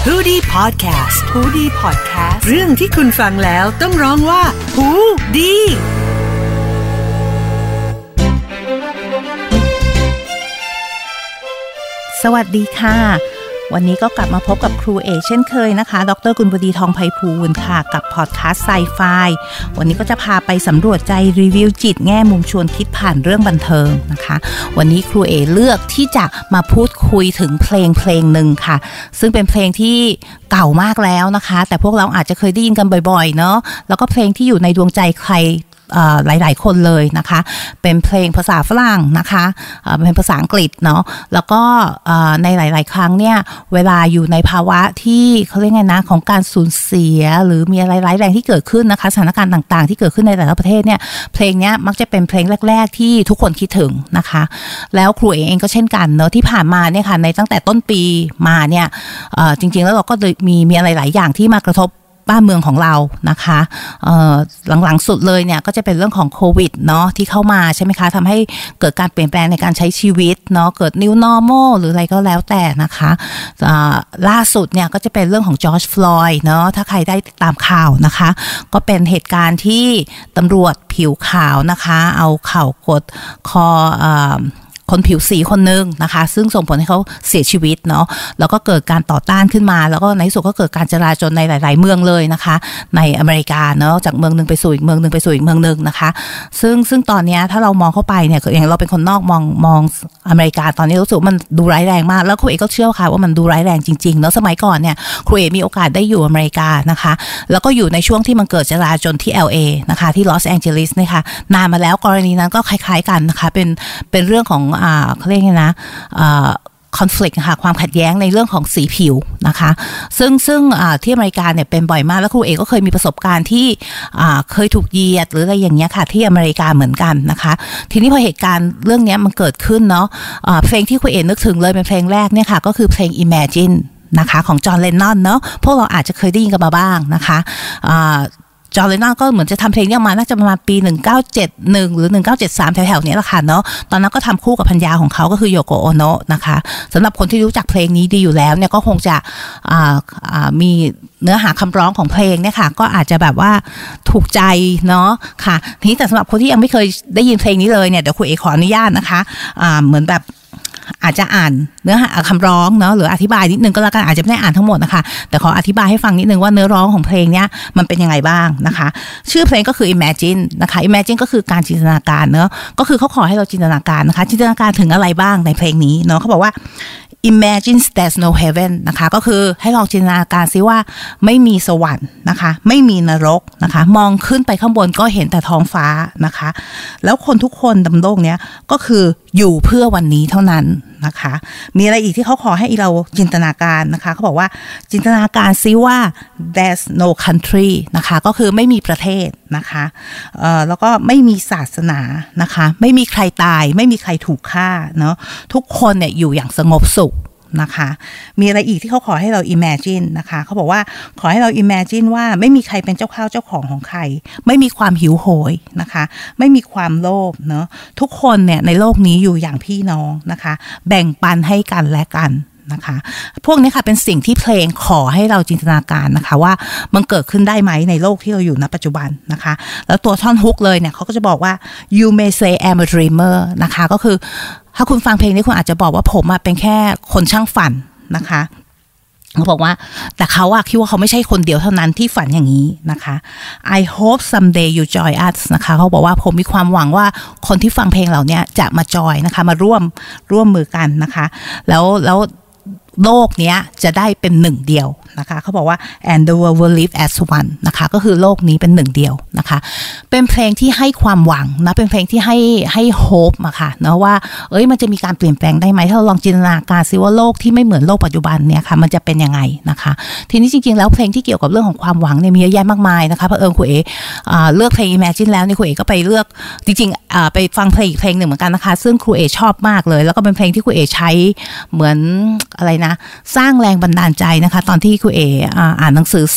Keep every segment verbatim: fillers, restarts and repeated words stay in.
ฮูดี้พอดแคสต์ฮูดี้พอดแคสต์เรื่องที่คุณฟังแล้วต้องร้องว่าฮูดีสวัสดีค่ะวันนี้ก็กลับมาพบกับครูเอเช่นเคยนะคะดร.กุลวดีทองไพบูลย์ค่ะกับพอดคาสต์ไซไฟวันนี้ก็จะพาไปสำรวจใจรีวิวจิตแง่มุมชวนคิดผ่านเรื่องบันเทิงนะคะวันนี้ครูเอเลือกที่จะมาพูดคุยถึงเพลงเพลงหนึ่งค่ะซึ่งเป็นเพลงที่เก่ามากแล้วนะคะแต่พวกเราอาจจะเคยได้ยินกันบ่อยๆเนาะแล้วก็เพลงที่อยู่ในดวงใจใครหลายๆคนเลยนะคะเป็นเพลงภาษาฝรั่งนะคะเป็นภาษาอังกฤษเนาะแล้วก็ในหลายๆครั้งเนี่ยเวลาอยู่ในภาวะที่เขาเรียกไงนะของการสูญเสียหรือมีอะไรร้ายแรงที่เกิดขึ้นนะคะสถานการณ์ต่างๆที่เกิดขึ้นในแต่ละประเทศเนี่ยเพลงนี้มักจะเป็นเพลงแรกๆที่ทุกคนคิดถึงนะคะแล้วครูเองก็เช่นกันเนาะที่ผ่านมาเนี่ยค่ะในตั้งแต่ต้นปีมาเนี่ยจริงๆแล้วเราก็มีมีอะไรหลายอย่างที่มากระทบบ้านเมืองของเรานะคะหลังๆสุดเลยเนี่ยก็จะเป็นเรื่องของโควิดเนาะที่เข้ามาใช่ไหมคะทำให้เกิดการเปลี่ยนแปลงในการใช้ชีวิตเนาะเกิด New Normal หรืออะไรก็แล้วแต่นะคะล่าสุดเนี่ยก็จะเป็นเรื่องของจอร์จฟลอยด์เนาะถ้าใครได้ติดตามข่าวนะคะก็เป็นเหตุการณ์ที่ตำรวจผิวขาวนะคะเอาเข่ากดคอคนผิวสีคนนึงนะคะซึ่งส่งผลให้เขาเสียชีวิตเนาะแล้วก็เกิดการต่อต้านขึ้นมาแล้วก็ในที่สุดก็เกิดการจลาจลในหลายๆเมืองเลยนะคะในอเมริกาเนาะจากเมืองนึงไปสู่อีกเมืองนึงไปสู่อีกเมืองนึงนะคะซึ่งซึ่งตอนนี้ถ้าเรามองเข้าไปเนี่ยอย่างเราเป็นคนนอกมองมองอเมริกาตอนนี้รู้สึกมันดูร้ายแรงมากแล้วครูเอกก็เชื่อค่ะว่ามันดูร้ายแรงจริงๆเนาะสมัยก่อนเนี่ยครูเอกมีโอกาสได้อยู่อเมริกานะคะแล้วก็อยู่ในช่วงที่มันเกิดจลาจลที่ แอล เอ นะคะที่ลอสแองเจลิสนะคะนานมาแล้วกรณีนั้นก็คล้ายๆกันนะคะเป็นเป็นเรื่องของอ่าเขาเรียกไงนะคอนฟลิกต์ค่ะความขัดแย้งในเรื่องของสีผิวนะคะซึ่งซึ่งที่อเมริกาเนี่ยเป็นบ่อยมากแล้วครูเอกก็เคยมีประสบการณ์ที่เคยถูกเหยียดหรืออะไรอย่างเงี้ยค่ะที่อเมริกาเหมือนกันนะคะทีนี้พอเหตุการณ์เรื่องนี้มันเกิดขึ้นเนาะเพลงที่ครูเอกนึกถึงเลยเป็นเพลงแรกเนี่ยค่ะก็คือเพลง Imagine นะคะของจอห์น เลนนอนเนาะพวกเราอาจจะเคยได้ยินกันมาบ้างนะคะจอห์น เลนนอนก็เหมือนจะทำเพลงนี้ออกมาน่าจะประมาณปีหนึ่งเก้าเจ็ดหนึ่งหรือหนึ่งเก้าเจ็ดสามแถวๆนี้แหละค่ะเนาะตอนนั้นก็ทำคู่กับภรรยาของเขาก็คือโยโกโอโนะนะคะสำหรับคนที่รู้จักเพลงนี้ดีอยู่แล้วเนี่ยก็คงจะมีเนื้อหาคำร้องของเพลงเนี่ยค่ะก็อาจจะแบบว่าถูกใจเนาะค่ะทีนี้แต่สำหรับคนที่ยังไม่เคยได้ยินเพลงนี้เลยเนี่ยเดี๋ยวครูเอกขออนุญาตนะคะเหมือนแบบอาจจะอ่านเนื้อหาคำร้องเนาะหรืออธิบายนิดนึงก็แล้วกันอาจจะไม่ได้อ่านทั้งหมดนะคะแต่ขออธิบายให้ฟังนิดนึงว่าเนื้อร้องของเพลงเนี้ยมันเป็นยังไงบ้างนะคะชื่อเพลงก็คือ Imagine นะคะ Imagine ก็คือการจินตนาการเนาะก็คือเขาขอให้เราจินตนาการนะคะจินตนาการถึงอะไรบ้างในเพลงนี้เนาะเขาบอกว่า Imagine there's no heaven นะคะก็คือให้ลองจินตนาการซิว่าไม่มีสวรรค์นะคะไม่มีนรกนะคะมองขึ้นไปข้างบนก็เห็นแต่ท้องฟ้านะคะแล้วคนทุกคนบนโลกเนี้ยก็คืออยู่เพื่อวันนี้เท่านั้นนะคะมีอะไรอีกที่เขาขอให้เราจินตนาการนะคะเขาบอกว่าจินตนาการซิว่า there's no country นะคะก็คือไม่มีประเทศนะคะเอ่อแล้วก็ไม่มีศาสนานะคะไม่มีใครตายไม่มีใครถูกฆ่าเนาะทุกคนเนี่ยอยู่อย่างสงบสุขนะคะมีอะไรอีกที่เขาขอให้เรา imagine นะคะเขาบอกว่าขอให้เรา imagine ว่าไม่มีใครเป็นเจ้าข้าวเจ้าของของใครไม่มีความหิวโหยนะคะไม่มีความโลภเนาะทุกคนเนี่ยในโลกนี้อยู่อย่างพี่น้องนะคะแบ่งปันให้กันและกันนะคะพวกนี้ค่ะเป็นสิ่งที่เพลงขอให้เราจินตนาการนะคะว่ามันเกิดขึ้นได้ไหมในโลกที่เราอยู่ณปัจจุบันนะคะแล้วตัวท่อนฮุกเลยเนี่ยเขาก็จะบอกว่า you may say I'm a dreamer นะคะก็คือถ้าคุณฟังเพลงนี้คุณอาจจะบอกว่าผมเป็นแค่คนช่างฝันนะคะเขาบอกว่าแต่เขาอะคิดว่าเขาไม่ใช่คนเดียวเท่านั้นที่ฝันอย่างนี้นะคะ I hope someday you join us นะคะเขาบอกว่าผมมีความหวังว่าคนที่ฟังเพลงเหล่านี้จะมาจอยนะคะมาร่วมร่วมมือกันนะคะแล้วแล้วโลกเนี้ยจะได้เป็นหนึ่งเดียวนะคะเขาบอกว่า and the world will live as one นะคะก็คือโลกนี้เป็นหนึ่งเดียวนะคะเป็นเพลงที่ให้ความหวังนะเป็นเพลงที่ให้ให้ hope อะค่ะนะว่าเอ้ยมันจะมีการเปลี่ยนแปลงได้ไหมถ้าเราลองจินตนาการซิว่าโลกที่ไม่เหมือนโลกปัจจุบันเนี่ยค่ะมันจะเป็นยังไงนะคะทีนี้จริงๆแล้วเพลงที่เกี่ยวกับเรื่องของความหวังเนี่ยมีเยอะแยะมากมายนะคะเผอิญครูเอเลือกเพลง Imagine แล้วนี่ครูเอก็ไปเลือกจริงๆไปฟังเพลงอีกเพลงหนึ่งเหมือนกันนะคะซึ่งครูเอชอบมากเลยแล้วก็เป็นเพลงที่ครูเอใช้เหมือนอะไรนะสร้างแรงบันดาลใจนะคะตอนที่ครูเออ่านหนังสือสอบ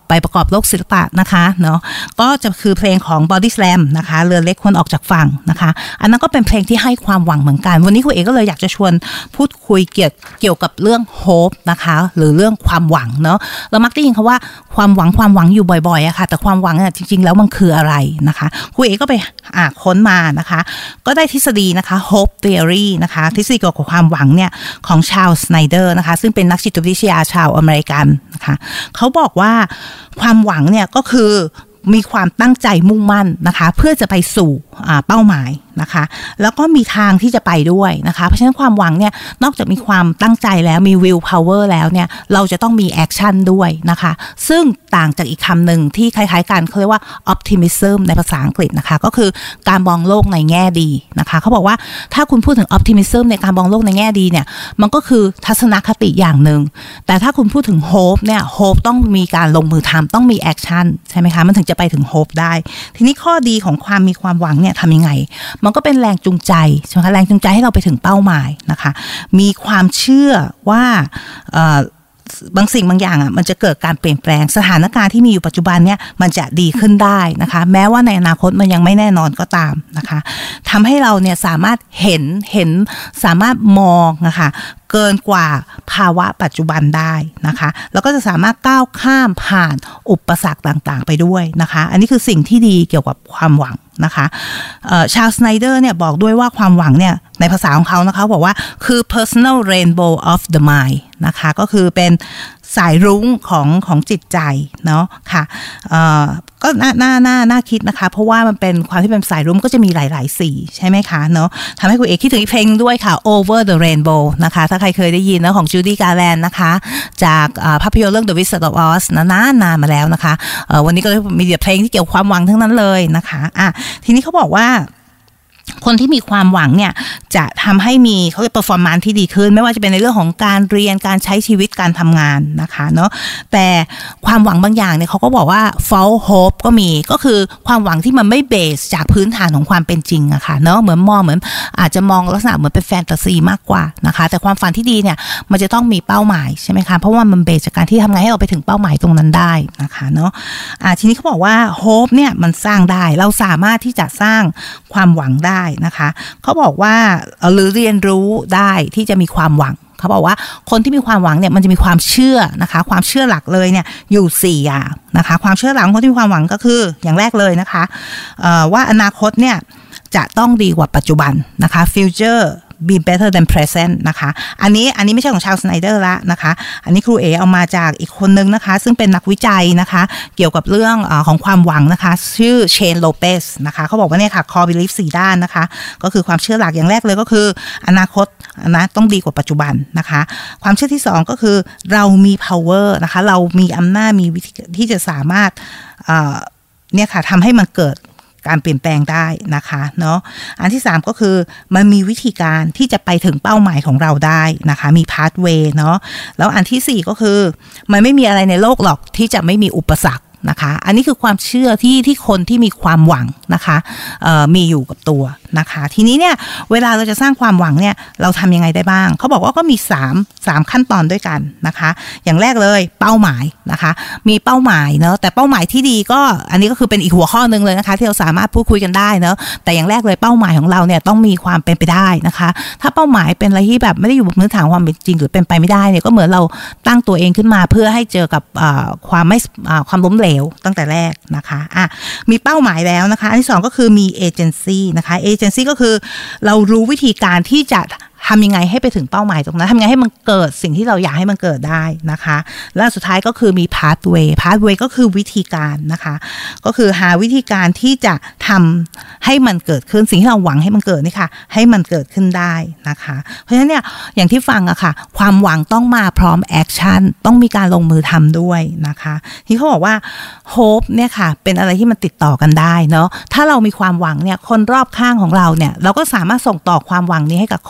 ไปประกอบโลกศิลปะนะคะเนาะก็จะคือเพลงของ Body Slam นะคะเรือเล็กควรออกจากฝั่งนะคะอันนั้นก็เป็นเพลงที่ให้ความหวังเหมือนกันวันนี้ครูเอกก็เลยอยากจะชวนพูดคุยเกี่ยวเกี่ยวกับเรื่อง hope นะคะหรือเรื่องความหวังเนาะเรามักได้ยินคำว่าความหวังความหวังอยู่บ่อยๆอะค่ะแต่ความหวังเนี่ยจริงๆแล้วมันคืออะไรนะคะครูเอกก็ไปอ่าค้นมานะคะก็ได้ทฤษฎีนะคะ hope theory นะคะทฤษฎีเกี่ยวกับความหวังเนี่ยของชาร์ลส์สไนเดอร์นะคะซึ่งเป็นนักจิตวิทยาชาวอเมริกันนะคะเขาบอกว่าความหวังเนี่ยก็คือมีความตั้งใจมุ่งมั่นนะคะเพื่อจะไปสู่เป้าหมายนะคะแล้วก็มีทางที่จะไปด้วยนะคะเพราะฉะนั้นความหวังเนี่ยนอกจากมีความตั้งใจแล้วมี will power แล้วเนี่ยเราจะต้องมีแอคชั่นด้วยนะคะซึ่งต่างจากอีกคำหนึ่งที่คล้ายๆกันเขาเรียกว่า optimism ในภาษาอังกฤษนะคะก็คือการมองโลกในแง่ดีนะคะเขาบอกว่าถ้าคุณพูดถึง optimism ในการมองโลกในแง่ดีเนี่ยมันก็คือทัศนคติอย่างหนึ่งแต่ถ้าคุณพูดถึง hope เนี่ย hope ต้องมีการลงมือทำต้องมีแอคชั่นใช่ไหมคะมันถึงจะไปถึง hope ได้ทีนี้ข้อดีของความมีความหวังเนี่ยทำยังไงมันก็เป็นแรงจูงใจใช่ไหมคะแรงจูงใจให้เราไปถึงเป้าหมายนะคะมีความเชื่อว่าบางสิ่งบางอย่างอ่ะมันจะเกิดการเปลี่ยนแปลงสถานการณ์ที่มีอยู่ปัจจุบันเนี่ยมันจะดีขึ้นได้นะคะแม้ว่าในอนาคตมันยังไม่แน่นอนก็ตามนะคะทำให้เราเนี่ยสามารถเห็นเห็นสามารถมองนะคะเกินกว่าภาวะปัจจุบันได้นะคะแล้วก็จะสามารถก้าวข้ามผ่านอุปสรรคต่างๆไปด้วยนะคะอันนี้คือสิ่งที่ดีเกี่ยวกับความหวังนะคะชาร์ลส์ สไนเดอร์เนี่ยบอกด้วยว่าความหวังเนี่ยในภาษาของเขานะคะบอกว่าคือ personal rainbow of the mind นะคะก็คือเป็นสายรุ้งของของจิตใจเนาะค่ะก็น่าน่าน่าน่าคิดนะคะเพราะว่ามันเป็นความที่เป็นสายรุ้งก็จะมีหลายๆสีใช่ไหมคะเนาะทำให้คุณเอกคิดถึงอีกเพลงด้วยค่ะ Over the Rainbow นะคะถ้าใครเคยได้ยินนะของจูดี้การ์แลนด์นะคะจากภาพยนตร์เรื่อง The Wizard of Oz นานนานมาแล้วนะคะวันนี้ก็มีแต่เพลงที่เกี่ยวกับความหวังทั้งนั้นเลยนะคะอ่ะทีนี้เขาบอกว่าคนที่มีความหวังเนี่ยจะทำให้มีเขาเรียก performance ที่ดีขึ้นไม่ว่าจะเป็นในเรื่องของการเรียนการใช้ชีวิตการทำงานนะคะเนาะแต่ความหวังบางอย่างเนี่ยเขาก็บอกว่า false hope ก็มีก็คือความหวังที่มันไม่เบสจากพื้นฐานของความเป็นจริงอะค่ะเนาะเหมือนมองเหมือนอาจจะมองลักษณะเหมือนเป็นแฟนตาซีมากกว่านะคะแต่ความฝันที่ดีเนี่ยมันจะต้องมีเป้าหมายใช่ไหมคะเพราะว่ามันเบสจากการที่ทำไงให้เราไปถึงเป้าหมายตรงนั้นได้นะคะเนาะอ่าทีนี้เขาบอกว่า hope เนี่ยมันสร้างได้เราสามารถที่จะสร้างความหวังได้นะคะเขาบอกว่าหรือเรียนรู้ได้ที่จะมีความหวังเขาบอกว่าคนที่มีความหวังเนี่ยมันจะมีความเชื่อนะคะความเชื่อหลักเลยเนี่ยอยู่สี่อย่างนะคะความเชื่อหลักของคนที่มีความหวังก็คืออย่างแรกเลยนะคะว่าอนาคตเนี่ยจะต้องดีกว่าปัจจุบันนะคะ future be better than present นะคะอันนี้อันนี้ไม่ใช่ของชาร์ลส์ สไนเดอร์ละนะคะอันนี้ครูเอเอามาจากอีกคนนึงนะคะซึ่งเป็นนักวิจัยนะคะเกี่ยวกับเรื่องเอ่อของความหวังนะคะชื่อเชนโลเปสนะคะเขาบอกว่าเนี่ยค่ะ core belief สี่ด้านนะคะก็คือความเชื่อหลักอย่างแรกเลยก็คืออนาคตนะต้องดีกว่าปัจจุบันนะคะความเชื่อที่สองก็คือเรามี power นะคะเรามีอำนาจมีวิธีที่จะสามารถเอ่อเนี่ยค่ะทำให้มันเกิดการเปลี่ยนแปลงได้นะคะเนาะอันที่สามก็คือมันมีวิธีการที่จะไปถึงเป้าหมายของเราได้นะคะมีพาธเวย์เนาะแล้วอันที่สี่ก็คือมันไม่มีอะไรในโลกหรอกที่จะไม่มีอุปสรรคนะคะอันนี้คือความเชื่อที่ที่คนที่มีความหวังนะคะมีอยู่กับตัวนะคะทีนี้เนี่ยเวลาเราจะสร้างความหวังเนี่ยเราทำยังไงได้บ้างเขาบอกว่าก็มีสาม สามขั้นตอนด้วยกันนะคะอย่างแรกเลยเป้าหมายนะคะมีเป้าหมายเนาะแต่เป้าหมายที่ดีก็อันนี้ก็คือเป็นอีกหัวข้อนึงเลยนะคะที่เราสามารถพูดคุยกันได้เนาะแต่อย่างแรกเลยเป้าหมายของเราเนี่ยต้องมีความเป็นไปได้นะคะถ้าเป้าหมายเป็นอะไรที่แบบไม่ได้อยู่บนพื้นฐานความเป็นจริงหรือเป็นไปไม่ได้เนี่ยก็เหมือนเราตั้งตัวเองขึ้นมาเพื่อให้เจอกับความไม่ความล้มเหลวตั้งแต่แรกนะคะอ่ะมีเป้าหมายแล้วนะคะอันที่สองก็คือมีเอเจนซี่นะคะเอเจนซี่ก็คือเรารู้วิธีการที่จะทำยังไงให้ไปถึงเป้าหมายตรงนั้นทำยังไงให้มันเกิดสิ่งที่เราอยากให้มันเกิดได้นะคะแล้วสุดท้ายก็คือมี pathway pathway ก็คือวิธีการนะคะก็คือหาวิธีการที่จะทำให้มันเกิดขึ้นสิ่งที่เราหวังให้มันเกิดนี่ค่ะให้มันเกิดขึ้นได้นะคะเพราะฉะนั้นเนี่ยอย่างที่ฟังอะค่ะความหวังต้องมาพร้อมแอคชั่นต้องมีการลงมือทำด้วยนะคะที่เขาบอกว่า hope เนี่ยค่ะเป็นอะไรที่มันติดต่อกันได้เนาะถ้าเรามีความหวังเนี่ยคนรอบข้างของเราเนี่ยเราก็สามารถส่งต่อความหวังนี้ให้กับคนรอบข้าง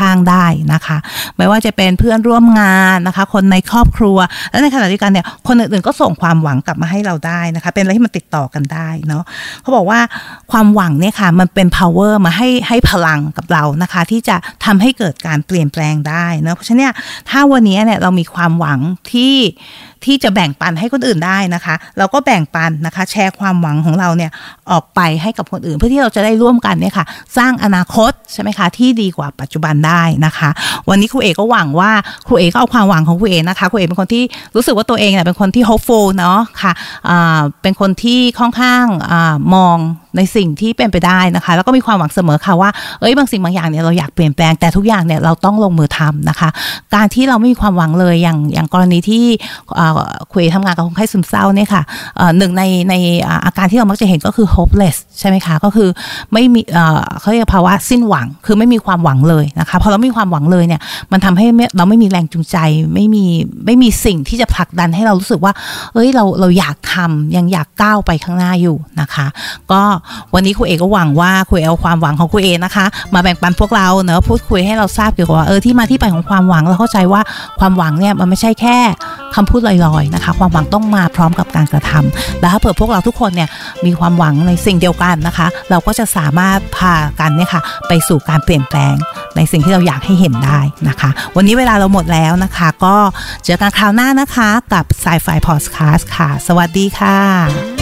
ข้างได้นะคะไม่ว่าจะเป็นเพื่อนร่วมงานนะคะคนในครอบครัวและในขณะเดียวกันเนี่ยคนอื่นๆก็ส่งความหวังกลับมาให้เราได้นะคะเป็นอะไรที่มันติดต่อกันได้เนาะเขาบอกว่าความหวังเนี่ยค่ะมันเป็น power มาให้ให้พลังกับเรานะคะที่จะทำให้เกิดการเปลี่ยนแปลงได้เนาะเพราะฉะนั้นเนี่ยถ้าวันนี้เนี่ยเรามีความหวังที่ที่จะแบ่งปันให้คนอื่นได้นะคะเราก็แบ่งปันนะคะแชร์ความหวังของเราเนี่ยออกไปให้กับคนอื่นเพื่อที่เราจะได้ร่วมกันเนี่ยค่ะสร้างอนาคตใช่ไหมคะที่ดีกว่าปัจจุบันได้นะคะวันนี้ครูเอก็หวังว่าครูเอก็เอาความหวังของครูเอนะคะครูเอเป็นคนที่รู้สึกว่าตัวเองเนี่ยเป็นคนที่ hopeful เนาะค่ะอ่าเป็นคนที่ค่อนข้างอ่ามองในสิ่งที่เป็นไปได้นะคะแล้วก็มีความหวังเสมอค่ะว่าเอ้ยบางสิ่งบางอย่างเนี่ยเราอยากเปลี่ยนแปลงแต่ทุกอย่างเนี่ยเราต้องลงมือทำนะคะการที่เราไม่มีความหวังเลยอย่างอย่างกรณีที่คุยทำงานกับคนไข้ซึมเศร้าเนี่ยค่ะหนึ่งในในอาการที่เรามักจะเห็นก็คือ hopeless ใช่ไหมคะก็คือไม่มีเขาเรียกภาวะสิ้นหวังคือไม่มีความหวังเลยนะคะพอเราไม่มีความหวังเลยเนี่ยมันทำให้เราไม่มีแรงจูงใจไม่มีไม่มีสิ่งที่จะผลักดันให้เรารู้สึกว่าเอ้ยเราเราอยากทำยังอยากก้าวไปข้างหน้าอยู่นะคะก็วันนี้ครูเอก็หวังว่าครูเอเอาความหวังของครูเอนะคะมาแบ่งปันพวกเราเนอะพูดคุยให้เราทราบเกี่ยวกับว่าเออที่มาที่ไปของความหวังเราเข้าใจว่าความหวังเนี่ยมันไม่ใช่แค่คำพูดลอยๆนะคะความหวังต้องมาพร้อมกับการกระทำและถ้าเผื่อพวกเราทุกคนเนี่ยมีความหวังในสิ่งเดียวกันนะคะเราก็จะสามารถพากันเนี่ยค่ะไปสู่การเปลี่ยนแปลงในสิ่งที่เราอยากให้เห็นได้นะคะวันนี้เวลาเราหมดแล้วนะคะก็เจอกันคราวหน้านะคะกับ Sci-Fi Podcast ค่ะสวัสดีค่ะ